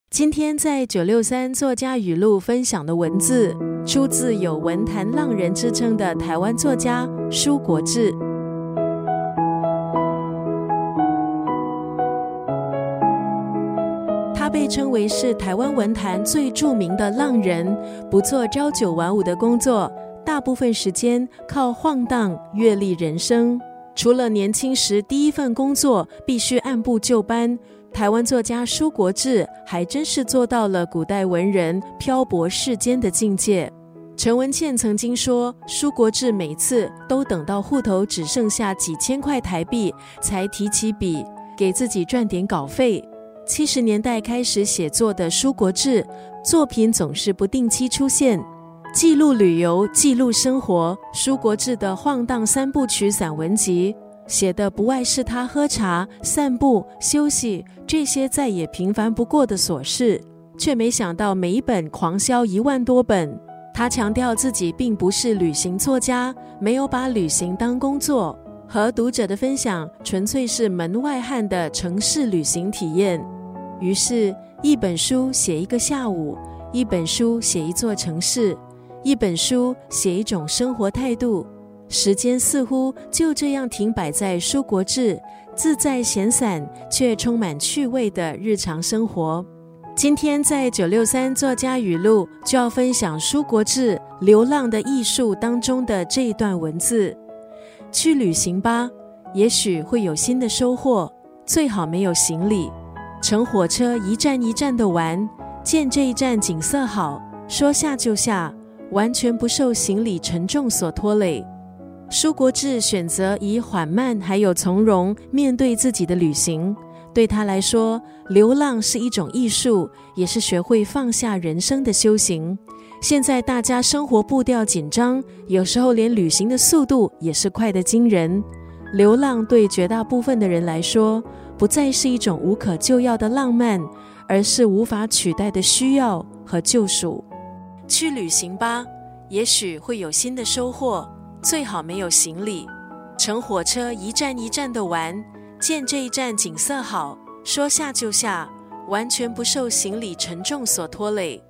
今天在963作家语录分享的文字，出自有文坛浪人之称的台湾作家舒国治。他被称为是台湾文坛最著名的浪人，不做朝九晚五的工作，大部分时间靠晃荡阅历人生。除了年轻时第一份工作必须按部就班，台湾作家舒国治还真是做到了古代文人漂泊世间的境界。陈文茜曾经说，舒国治每次都等到户头只剩下几千块台币才提起笔，给自己赚点稿费。70年代开始写作的舒国治，作品总是不定期出现，记录旅游，记录生活。舒国治的晃荡三部曲散文集写的不外是他喝茶、散步、休息这些再也平凡不过的琐事，却没想到每一本狂销1万多本。他强调自己并不是旅行作家，没有把旅行当工作，和读者的分享纯粹是门外汉的城市旅行体验。于是一本书写一个下午，一本书写一座城市，一本书写一种生活态度。时间似乎就这样停摆在舒国治自在闲散却充满趣味的日常生活。今天在963作家语录就要分享舒国治《流浪的艺术》当中的这一段文字：去旅行吧，也许会有新的收获，最好没有行李，乘火车一站一站的玩，见这一站景色好，说下就下，完全不受行李沉重所拖累。舒国治选择以缓慢还有从容面对自己的旅行，对他来说，流浪是一种艺术，也是学会放下人生的修行。现在大家生活步调紧张，有时候连旅行的速度也是快得惊人。流浪对绝大部分的人来说，不再是一种无可救药的浪漫，而是无法取代的需要和救赎。去旅行吧，也许会有新的收获，最好没有行李，乘火车一站一站的玩，见这一站景色好，说下就下，完全不受行李沉重所拖累。